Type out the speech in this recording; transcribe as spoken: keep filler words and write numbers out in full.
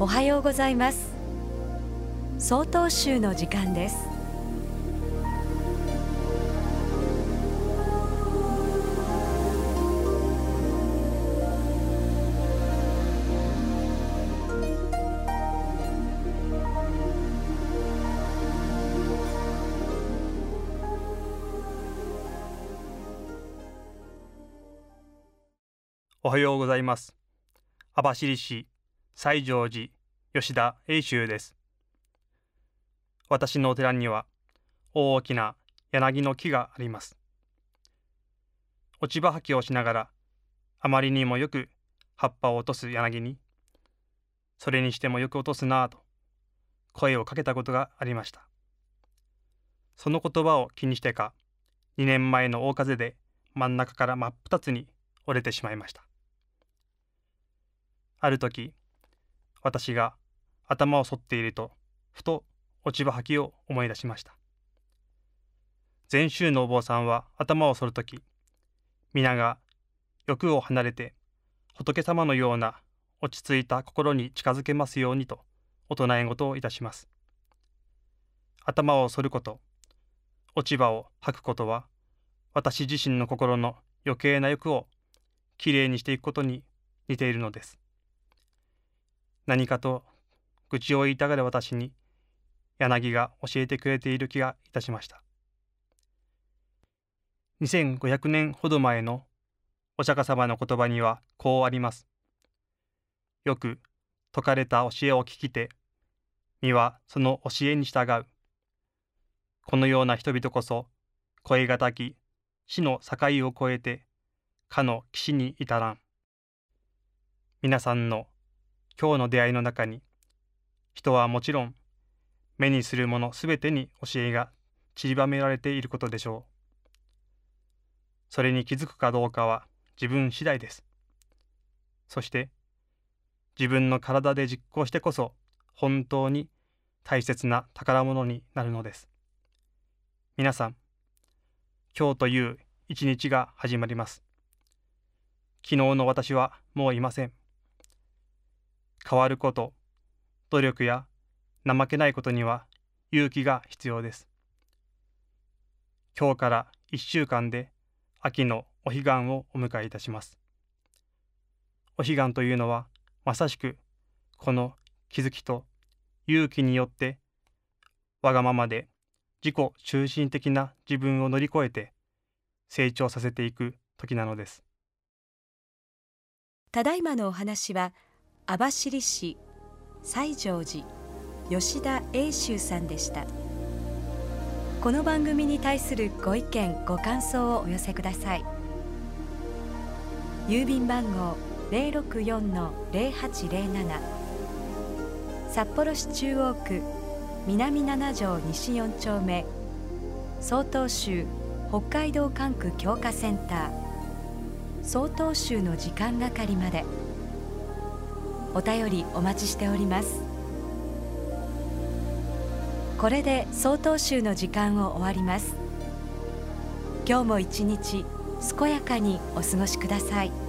おはようございます。総統集の時間です。 おはようございます。網走市西条寺吉田英宗です。私のお寺には大きな柳の木があります。落ち葉履きをしながらあまりにもよく葉っぱを落とす柳に、それにしてもよく落とすなぁと声をかけたことがありました。その言葉を気にしてか、にねんまえの大風で真ん中から真っ二つに折れてしまいました。ある時、私が頭を剃っていると、ふと落ち葉履きを思い出しました。禅宗のお坊さんは頭を剃るとき、皆が欲を離れて仏様のような落ち着いた心に近づけますようにとお唱え事をいたします。頭を剃ること、落ち葉を履くことは、私自身の心の余計な欲をきれいにしていくことに似ているのです。何かと愚痴を言いたがる私に柳が教えてくれている気がいたしました。にせんごひゃくねんほど前のお釈迦様の言葉にはこうあります。よく説かれた教えを聞きて、身はその教えに従う。このような人々こそ、越えがたき死の境を越えて、かの岸に至らん。皆さんの今日の出会いの中に、人はもちろん、目にするものすべてに教えが散りばめられていることでしょう。それに気づくかどうかは自分次第です。そして、自分の体で実行してこそ、本当に大切な宝物になるのです。皆さん、今日という一日が始まります。昨日の私はもういません。変わること、努力や怠けないことには勇気が必要です。今日からいっしゅうかんで秋のお彼岸をお迎えいたします。お彼岸というのはまさしくこの気づきと勇気によってわがままで自己中心的な自分を乗り越えて成長させていく時なのです。 ただいまのお話は網走市西条寺吉田英宗さんでした。この番組に対するご意見ご感想をお寄せください。郵便番号 ゼロろくよんのゼロはちゼロなな、 札幌市中央区南なな条西よん丁目、曹洞宗北海道管区強化センター曹洞宗の時間係まで。お便りお待ちしております。これで曹洞宗の時間を終わります。今日も一日健やかにお過ごしください。